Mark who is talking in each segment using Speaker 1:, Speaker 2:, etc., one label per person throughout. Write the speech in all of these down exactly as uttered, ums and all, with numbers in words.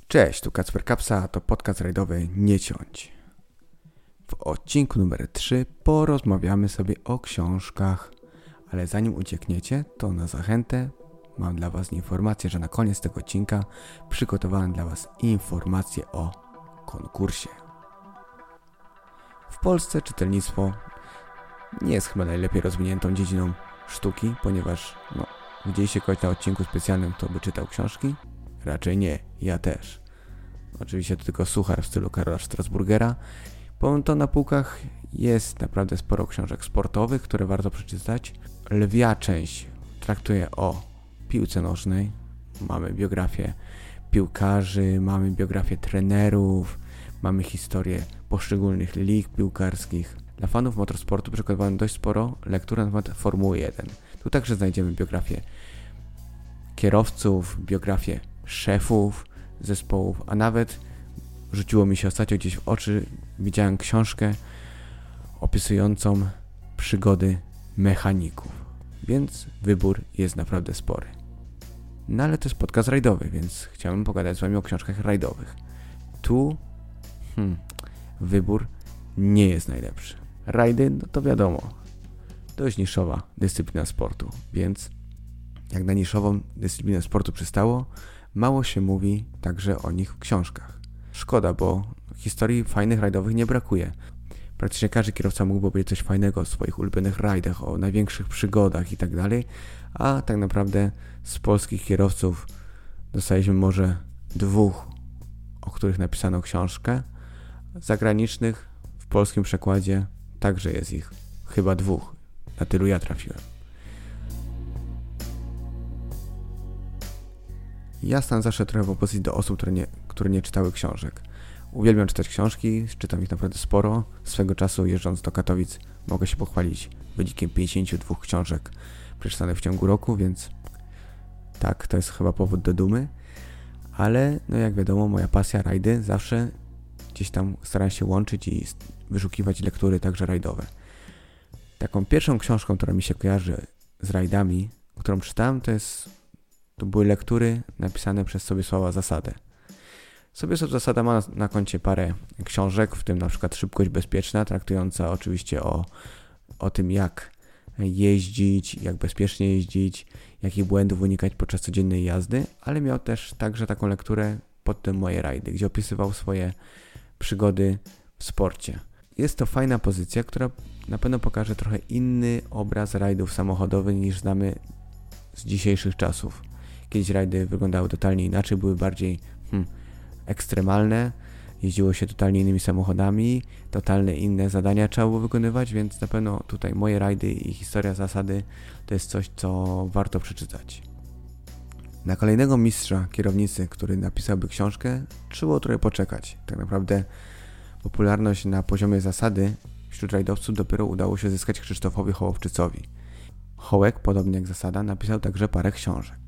Speaker 1: Cześć, tu Kacper Kapsa, a to podcast rajdowy Nie Ciąć. W odcinku numer trzy porozmawiamy sobie o książkach, ale zanim uciekniecie, to na zachętę mam dla Was informację, że na koniec tego odcinka przygotowałem dla Was informację o konkursie. W Polsce czytelnictwo nie jest chyba najlepiej rozwiniętą dziedziną sztuki, ponieważ no, widzieliście kogoś na odcinku specjalnym, kto by czytał książki? Raczej nie, ja też. Oczywiście to tylko suchar w stylu Karola Strasburgera. Pomimo to na półkach jest naprawdę sporo książek sportowych, które warto przeczytać. Lwia część traktuje o piłce nożnej. Mamy biografię piłkarzy, mamy biografię trenerów, mamy historię poszczególnych lig piłkarskich. Dla fanów motorsportu przygotowałem dość sporo lektur na temat Formuły jeden. Tu także znajdziemy biografię kierowców, biografię szefów zespołów, a nawet rzuciło mi się ostatnio gdzieś w oczy, widziałem książkę opisującą przygody mechaników, więc wybór jest naprawdę spory. No ale to jest podcast rajdowy, więc chciałem pogadać z Wami o książkach rajdowych. Tu hmm, wybór nie jest najlepszy. Rajdy, no to wiadomo, dość niszowa dyscyplina sportu, więc jak na niszową dyscyplinę sportu przystało, mało się mówi także o nich w książkach. Szkoda, bo historii fajnych rajdowych nie brakuje. Praktycznie każdy kierowca mógłby powiedzieć coś fajnego o swoich ulubionych rajdach, o największych przygodach itd., a tak naprawdę z polskich kierowców dostaliśmy może dwóch, o których napisano książkę. Zagranicznych w polskim przekładzie także jest ich chyba dwóch. Na tylu ja trafiłem. Ja stan zawsze trochę w opozycji do osób, które nie, które nie czytały książek. Uwielbiam czytać książki, czytam ich naprawdę sporo. Swego czasu jeżdżąc do Katowic mogę się pochwalić wynikiem pięćdziesięciu dwóch książek przeczytanych w ciągu roku, więc tak, to jest chyba powód do dumy. Ale no jak wiadomo, moja pasja rajdy zawsze gdzieś tam staram się łączyć i wyszukiwać lektury także rajdowe. Taką pierwszą książką, która mi się kojarzy z rajdami, którą czytałem, to jest To były lektury napisane przez Sobiesława Zasadę. Sobiesław Zasada ma na, na koncie parę książek, w tym na przykład Szybkość bezpieczna, traktująca oczywiście o, o tym, jak jeździć, jak bezpiecznie jeździć, jakich błędów unikać podczas codziennej jazdy, ale miał też także taką lekturę pod tym Moje rajdy, gdzie opisywał swoje przygody w sporcie. Jest to fajna pozycja, która na pewno pokaże trochę inny obraz rajdów samochodowych niż znamy z dzisiejszych czasów. Kiedyś rajdy wyglądały totalnie inaczej, były bardziej hmm, ekstremalne, jeździło się totalnie innymi samochodami, totalnie inne zadania trzeba było wykonywać, więc na pewno tutaj Moje rajdy i historia Zasady to jest coś, co warto przeczytać. Na kolejnego mistrza kierownicy, który napisałby książkę, trzeba trochę poczekać. Tak naprawdę popularność na poziomie Zasady wśród rajdowców dopiero udało się zyskać Krzysztofowi Hołowczycowi. Hołek, podobnie jak Zasada, napisał także parę książek.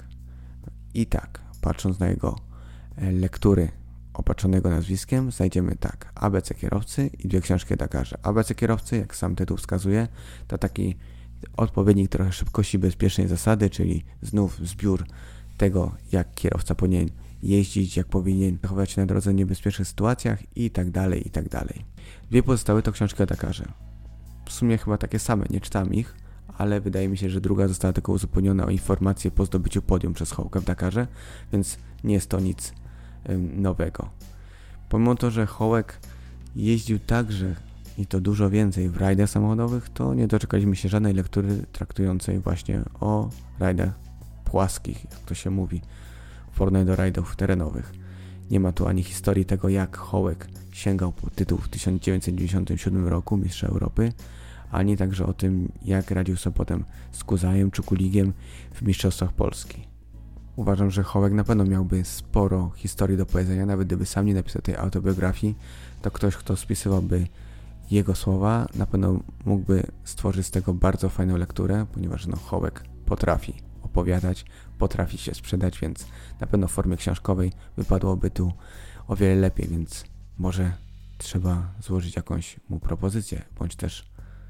Speaker 1: I tak, patrząc na jego lektury opatrzonego nazwiskiem, znajdziemy tak, A B C kierowcy i dwie książki o Dakarze. A B C kierowcy, jak sam tytuł wskazuje, to taki odpowiednik trochę Szybkości bezpiecznej Zasady, czyli znów zbiór tego, jak kierowca powinien jeździć, jak powinien zachowywać się na drodze w niebezpiecznych sytuacjach i tak dalej, i tak dalej. Dwie pozostałe to książki o Dakarze. W sumie chyba takie same, nie czytam ich, ale wydaje mi się, że druga została tylko uzupełniona o informacje po zdobyciu podium przez Hołka w Dakarze, więc nie jest to nic ym, nowego. Pomimo to, że Hołek jeździł także i to dużo więcej w rajdach samochodowych, to nie doczekaliśmy się żadnej lektury traktującej właśnie o rajdach płaskich, jak to się mówi, w porównaniu do rajdów terenowych. Nie ma tu ani historii tego, jak Hołek sięgał po tytuł w tysiąc dziewięćset dziewięćdziesiątym siódmym roku Mistrza Europy, ani także o tym, jak radził sobie potem z Kuzajem czy Kuligiem w Mistrzostwach Polski. Uważam, że Hołek na pewno miałby sporo historii do powiedzenia, nawet gdyby sam nie napisał tej autobiografii, to ktoś, kto spisywałby jego słowa, na pewno mógłby stworzyć z tego bardzo fajną lekturę, ponieważ no, Hołek potrafi opowiadać, potrafi się sprzedać, więc na pewno w formie książkowej wypadłoby tu o wiele lepiej, więc może trzeba złożyć jakąś mu propozycję, bądź też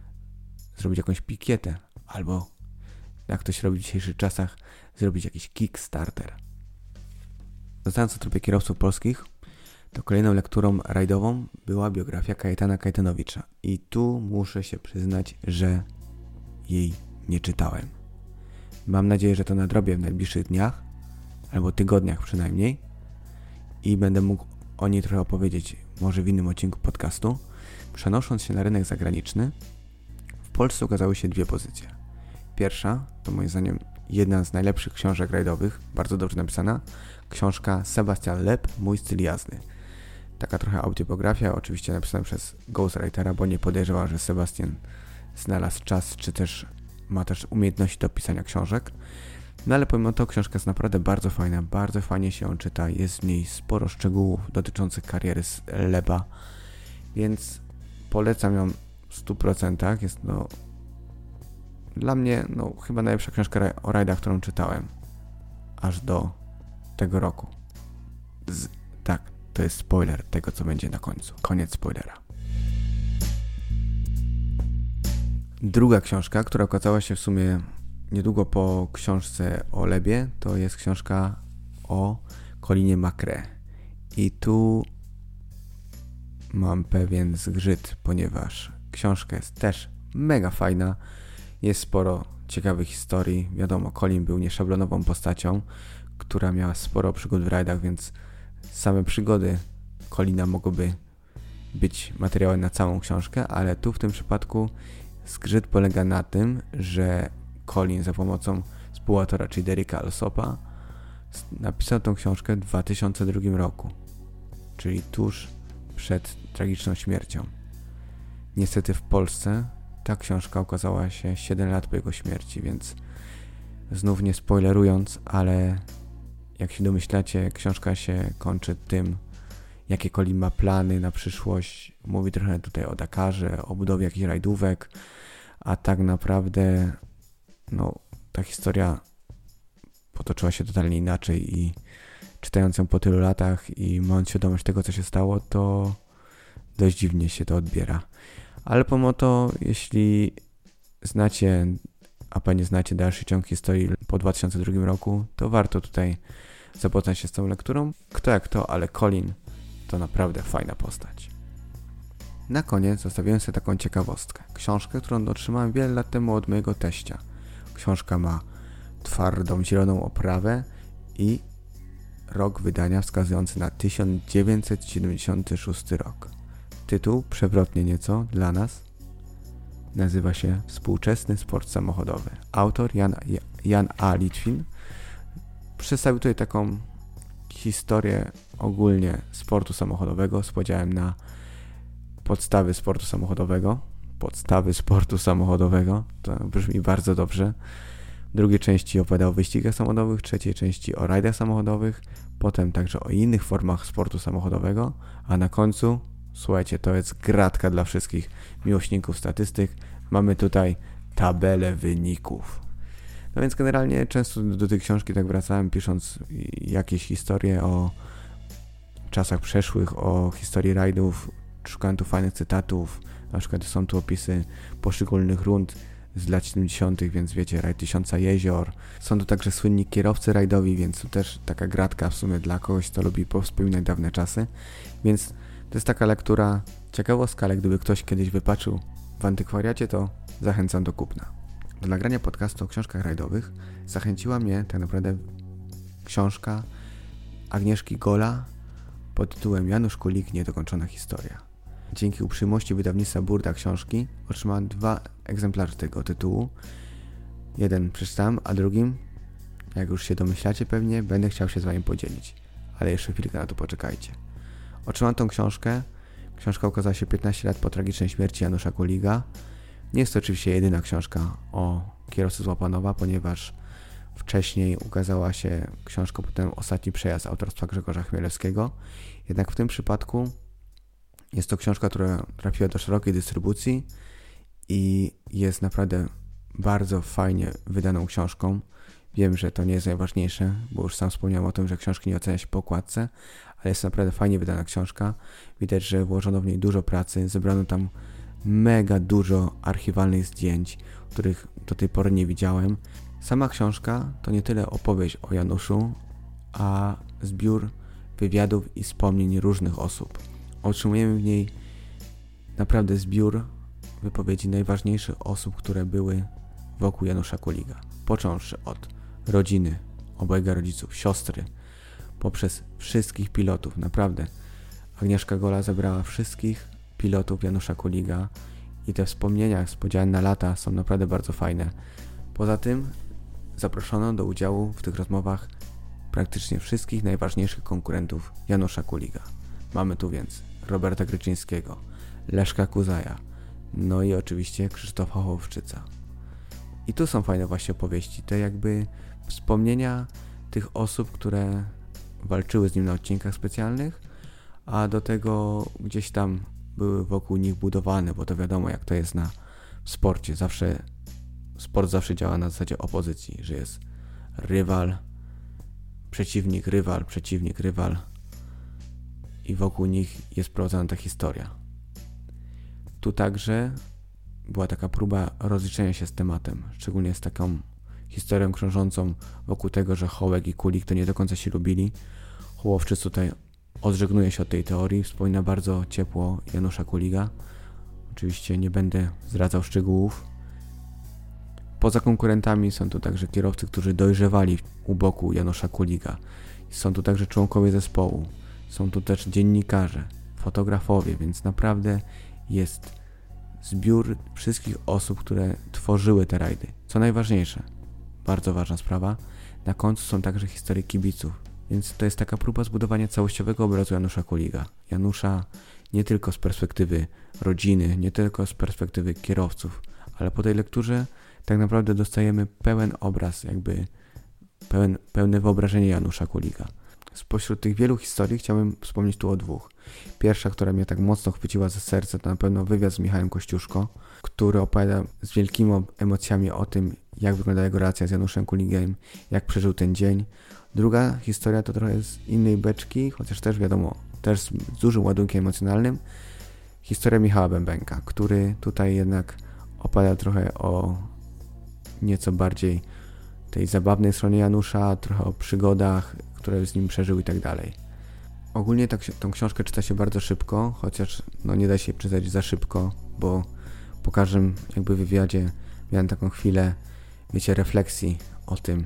Speaker 1: zrobić jakąś pikietę, albo jak to się robi w dzisiejszych czasach, zrobić jakiś Kickstarter. Zostając o tropie kierowców polskich, to kolejną lekturą rajdową była biografia Kajetana Kajetanowicza. I tu muszę się przyznać, że jej nie czytałem. Mam nadzieję, że to nadrobię w najbliższych dniach, albo tygodniach przynajmniej, i będę mógł o niej trochę opowiedzieć, może w innym odcinku podcastu. Przenosząc się na rynek zagraniczny, w Polsce ukazały się dwie pozycje. Pierwsza, to moim zdaniem jedna z najlepszych książek rajdowych, bardzo dobrze napisana, książka Sebastian Loeb, Mój styl jazdy. Taka trochę autobiografia, oczywiście napisana przez ghostwritera, bo nie podejrzewam, że Sebastian znalazł czas, czy też ma też umiejętności do pisania książek. No ale pomimo to książka jest naprawdę bardzo fajna, bardzo fajnie się ją czyta, jest w niej sporo szczegółów dotyczących kariery Loeba, więc polecam ją w stu procentach. Jest no dla mnie no, chyba najlepsza książka o rajdach, którą czytałem aż do tego roku. Z, tak, to jest spoiler tego, co będzie na końcu. Koniec spoilera. Druga książka, która okazała się w sumie niedługo po książce o Loebie, to jest książka o Colinie Macrae. I tu mam pewien zgrzyt, ponieważ książka jest też mega fajna. Jest sporo ciekawych historii. Wiadomo, Colin był nieszablonową postacią, która miała sporo przygód w rajdach, więc same przygody Colina mogłyby być materiałem na całą książkę, ale tu w tym przypadku zgrzyt polega na tym, że Colin za pomocą współautora, czyli Derricka Alsopa, napisał tą książkę w dwa tysiące drugim roku, czyli tuż przed tragiczną śmiercią. Niestety w Polsce ta książka ukazała się siedem lat po jego śmierci, więc znów nie spoilerując, ale jak się domyślacie, książka się kończy tym, jakie Colin ma plany na przyszłość. Mówi trochę tutaj o Dakarze, o budowie jakichś rajdówek, a tak naprawdę no, ta historia potoczyła się totalnie inaczej i czytając ją po tylu latach i mając świadomość tego, co się stało, to dość dziwnie się to odbiera. Ale pomimo to, jeśli znacie, a pewnie znacie dalszy ciąg historii po dwa tysiące drugim roku, to warto tutaj zapoznać się z tą lekturą. Kto jak to, ale Colin to naprawdę fajna postać. Na koniec zostawiłem sobie taką ciekawostkę. Książkę, którą otrzymałem wiele lat temu od mojego teścia. Książka ma twardą, zieloną oprawę i rok wydania wskazujący na tysiąc dziewięćset siedemdziesiąty szósty rok. Tytuł, przewrotnie nieco dla nas, nazywa się Współczesny sport samochodowy. Autor Jan, Jan A. Litwin przedstawił tutaj taką historię ogólnie sportu samochodowego z podziałem na podstawy sportu samochodowego. Podstawy sportu samochodowego, to brzmi bardzo dobrze. W drugiej części opowiada o wyścigach samochodowych, w trzeciej części o rajdach samochodowych, potem także o innych formach sportu samochodowego, a na końcu, słuchajcie, to jest gratka dla wszystkich miłośników statystyk, mamy tutaj tabelę wyników. No więc generalnie często do tej książki tak wracałem, pisząc jakieś historie o czasach przeszłych, o historii rajdów, szukałem tu fajnych cytatów, na przykład są tu opisy poszczególnych rund z lat siedemdziesiątych, więc wiecie, rajd Tysiąca Jezior. Są tu także słynni kierowcy rajdowi, więc tu też taka gratka w sumie dla kogoś, kto lubi powspominać dawne czasy. Więc to jest taka lektura ciekawostka, ale gdyby ktoś kiedyś wypaczył w antykwariacie, to zachęcam do kupna. Do nagrania podcastu o książkach rajdowych zachęciła mnie tak naprawdę książka Agnieszki Gola pod tytułem Janusz Kulik, niedokończona historia. Dzięki uprzejmości wydawnictwa Burda Książki otrzymałem dwa egzemplarze tego tytułu. Jeden przeczytałem, a drugim, jak już się domyślacie pewnie, będę chciał się z wami podzielić. Ale jeszcze chwilkę na to poczekajcie. Otrzymałem tą książkę. Książka ukazała się piętnaście lat po tragicznej śmierci Janusza Kuliga. Nie jest to oczywiście jedyna książka o kierowcy z Łapanowa, ponieważ wcześniej ukazała się książka potem Ostatni przejazd autorstwa Grzegorza Chmielewskiego. Jednak w tym przypadku jest to książka, która trafiła do szerokiej dystrybucji i jest naprawdę bardzo fajnie wydaną książką. Wiem, że to nie jest najważniejsze, bo już sam wspomniałem o tym, że książki nie ocenia się po okładce, ale jest naprawdę fajnie wydana książka. Widać, że włożono w niej dużo pracy, zebrano tam mega dużo archiwalnych zdjęć, których do tej pory nie widziałem. Sama książka to nie tyle opowieść o Januszu, a zbiór wywiadów i wspomnień różnych osób. Otrzymujemy w niej naprawdę zbiór wypowiedzi najważniejszych osób, które były wokół Janusza Kuliga. Począwszy od rodziny, obojga rodziców, siostry, poprzez wszystkich pilotów. Naprawdę Agnieszka Gola zebrała wszystkich pilotów Janusza Kuliga i te wspomnienia z podziałem na lata są naprawdę bardzo fajne. Poza tym zaproszono do udziału w tych rozmowach praktycznie wszystkich najważniejszych konkurentów Janusza Kuliga. Mamy tu więc Roberta Gryczyńskiego, Leszka Kuzaja, no i oczywiście Krzysztofa Hołowczyca. I tu są fajne właśnie opowieści, te jakby wspomnienia tych osób, które walczyły z nim na odcinkach specjalnych, a do tego gdzieś tam były wokół nich budowane, bo to wiadomo jak to jest na w sporcie. Zawsze sport zawsze działa na zasadzie opozycji, że jest rywal, przeciwnik, rywal, przeciwnik, rywal i wokół nich jest prowadzona ta historia. Tu także była taka próba rozliczenia się z tematem, szczególnie z taką historią krążącą wokół tego, że Hołek i Kulik to nie do końca się lubili. Hołowczyc tutaj odżegnuje się od tej teorii, wspomina bardzo ciepło Janusza Kuliga. Oczywiście nie będę zdradzał szczegółów. Poza konkurentami są tu także kierowcy, którzy dojrzewali u boku Janusza Kuliga. Są tu także członkowie zespołu. Są tu też dziennikarze, fotografowie, więc naprawdę jest zbiór wszystkich osób, które tworzyły te rajdy. Co najważniejsze, bardzo ważna sprawa, na końcu są także historie kibiców. Więc to jest taka próba zbudowania całościowego obrazu Janusza Kuliga. Janusza nie tylko z perspektywy rodziny, nie tylko z perspektywy kierowców, ale po tej lekturze tak naprawdę dostajemy pełen obraz, jakby pełen, pełne wyobrażenie Janusza Kuliga. Spośród tych wielu historii chciałbym wspomnieć tu o dwóch. Pierwsza, która mnie tak mocno chwyciła za serce, to na pewno wywiad z Michałem Kościuszko, który opowiada z wielkimi emocjami o tym, jak wygląda jego relacja z Januszem Kuligiem, jak przeżył ten dzień. Druga historia to trochę z innej beczki, chociaż też wiadomo, też z dużym ładunkiem emocjonalnym. Historia Michała Bębenka, który tutaj jednak opowiada trochę o nieco bardziej tej zabawnej stronie Janusza, trochę o przygodach, które z nim przeżył i tak dalej. Ogólnie tak, tą książkę czyta się bardzo szybko, chociaż no nie da się czytać za szybko, bo po każdym jakby wywiadzie miałem taką chwilę, wiecie, refleksji o tym,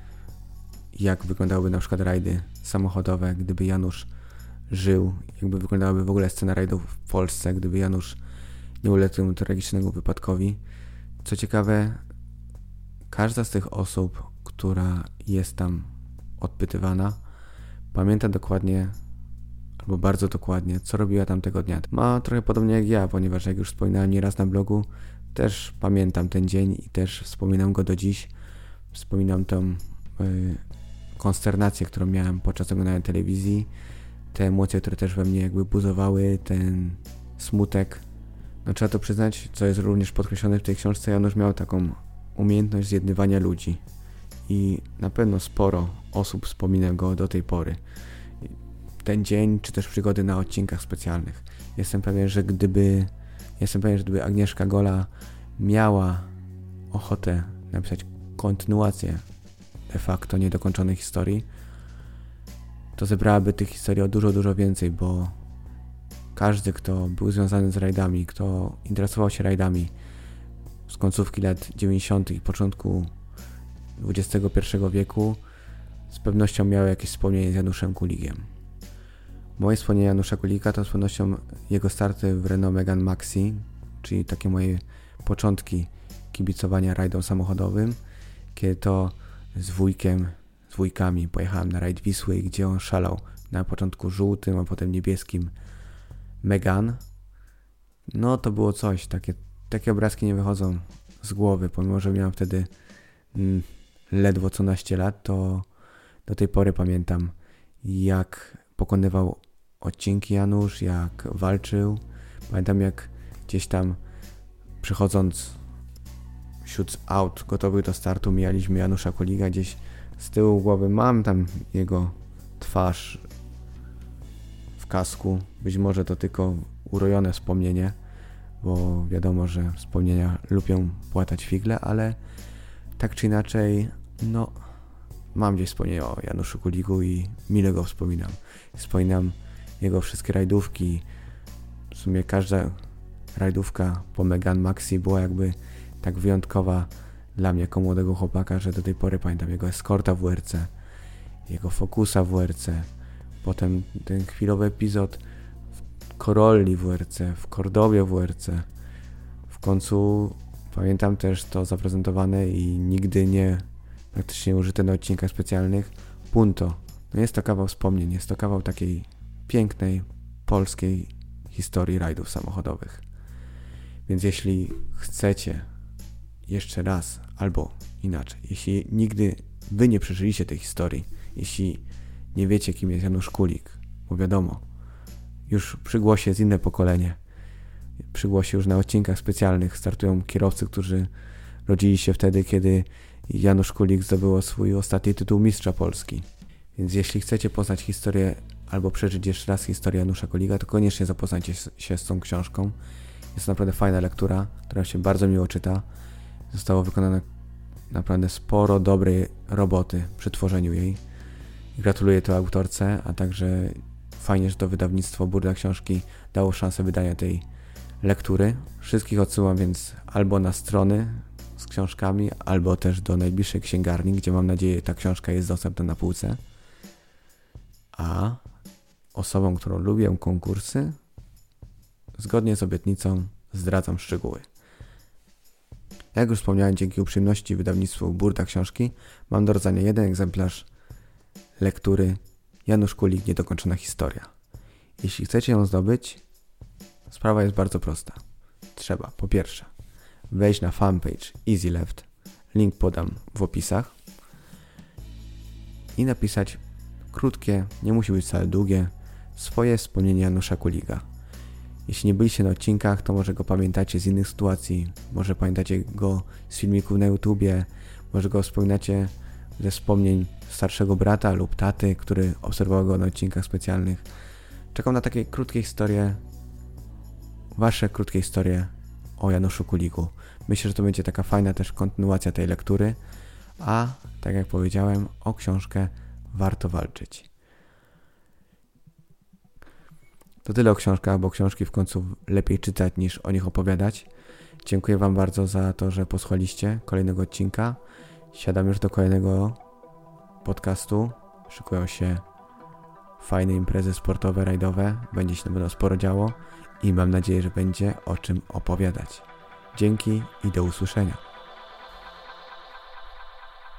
Speaker 1: jak wyglądałyby na przykład rajdy samochodowe, gdyby Janusz żył, jakby wyglądałaby w ogóle scena rajdów w Polsce, gdyby Janusz nie uległ temu tragicznemu wypadkowi. Co ciekawe, każda z tych osób, która jest tam odpytywana, pamięta dokładnie, albo bardzo dokładnie, co robiła tamtego dnia. Ma trochę podobnie jak ja, ponieważ jak już wspominałem nieraz na blogu, też pamiętam ten dzień i też wspominam go do dziś. Wspominam tą yy, konsternację, którą miałem podczas oglądania telewizji, te emocje, które też we mnie jakby buzowały, ten smutek. No trzeba to przyznać, co jest również podkreślone w tej książce, Janusz miał taką umiejętność zjednywania ludzi i na pewno sporo osób wspomina go do tej pory. Ten dzień, czy też przygody na odcinkach specjalnych. Jestem pewien, że gdyby jestem pewien, że gdyby Agnieszka Gola miała ochotę napisać kontynuację de facto niedokończonej historii, to zebrałaby tych historii o dużo, dużo więcej, bo każdy, kto był związany z rajdami, kto interesował się rajdami z końcówki lat dziewięćdziesiątych i początku dwudziestego pierwszego wieku, z pewnością miał jakieś wspomnienie z Januszem Kuligiem. Moje wspomnienie Janusza Kulika to z pewnością jego starty w Renault Megane Maxi, czyli takie moje początki kibicowania rajdom samochodowym, kiedy to z wujkiem, z wujkami pojechałem na rajd Wisły, gdzie on szalał na początku żółtym, a potem niebieskim Megane. No to było coś, takie, takie obrazki nie wychodzą z głowy, pomimo że miałem wtedy mm, ledwo co naście lat, to do tej pory pamiętam, jak pokonywał odcinki Janusz, jak walczył. Pamiętam, jak gdzieś tam przychodząc wśród aut gotowych do startu mijaliśmy Janusza Kuliga, gdzieś z tyłu głowy mam tam jego twarz w kasku. Być może to tylko urojone wspomnienie, bo wiadomo, że wspomnienia lubią płatać figle, ale tak czy inaczej, no mam gdzieś wspomnienie o Januszu Kuligu i mile go wspominam. Wspominam jego wszystkie rajdówki. W sumie każda rajdówka po Megane Maxi była jakby tak wyjątkowa dla mnie jako młodego chłopaka, że do tej pory pamiętam jego Escorta w W R C, jego Focusa w W R C, potem ten chwilowy epizod w Corolli w W R C, w Cordobie w W R C. W końcu pamiętam też to zaprezentowane i nigdy nie praktycznie użyte na odcinkach specjalnych Punto. No jest to kawał wspomnień, jest to kawał takiej pięknej, polskiej historii rajdów samochodowych. Więc jeśli chcecie jeszcze raz, albo inaczej, jeśli nigdy wy nie przeżyliście tej historii, jeśli nie wiecie, kim jest Janusz Kulik, bo wiadomo, już przy głosie jest inne pokolenie, przy głosie już na odcinkach specjalnych startują kierowcy, którzy rodzili się wtedy, kiedy Janusz Kulik zdobyło swój ostatni tytuł mistrza Polski. Więc jeśli chcecie poznać historię albo przeżyć jeszcze raz historię Janusza Kulika, to koniecznie zapoznajcie się z tą książką. Jest to naprawdę fajna lektura, która się bardzo miło czyta. Zostało wykonane naprawdę sporo dobrej roboty przy tworzeniu jej. Gratuluję to autorce, a także fajnie, że to wydawnictwo Burda Książki dało szansę wydania tej lektury. Wszystkich odsyłam więc albo na strony z książkami, albo też do najbliższej księgarni, gdzie mam nadzieję ta książka jest dostępna na półce. A osobom, którą lubię konkursy, zgodnie z obietnicą zdradzam szczegóły. Jak już wspomniałem, dzięki uprzejmości wydawnictwu Burda Książki mam do rozdania jeden egzemplarz lektury Janusz Kulik Niedokończona historia. Jeśli chcecie ją zdobyć, sprawa jest bardzo prosta. Trzeba po pierwsze wejść na fanpage Easy Left, link podam w opisach, i napisać krótkie, nie musi być wcale długie, swoje wspomnienie Janusza Kulika. Jeśli nie byliście na odcinkach, to może go pamiętacie z innych sytuacji, może pamiętacie go z filmików na YouTubie, może go wspominacie ze wspomnień starszego brata lub taty, który obserwował go na odcinkach specjalnych. Czekam na takie krótkie historie, wasze krótkie historie o Januszu Kuliku. Myślę, że to będzie taka fajna też kontynuacja tej lektury, a tak jak powiedziałem, o książkę warto walczyć. To tyle o książkach, bo książki w końcu lepiej czytać niż o nich opowiadać. Dziękuję wam bardzo za to, że posłuchaliście kolejnego odcinka. Siadam już do kolejnego podcastu. Szykują się fajne imprezy sportowe, rajdowe. Będzie się na pewno sporo działo i mam nadzieję, że będzie o czym opowiadać. Dzięki i do usłyszenia.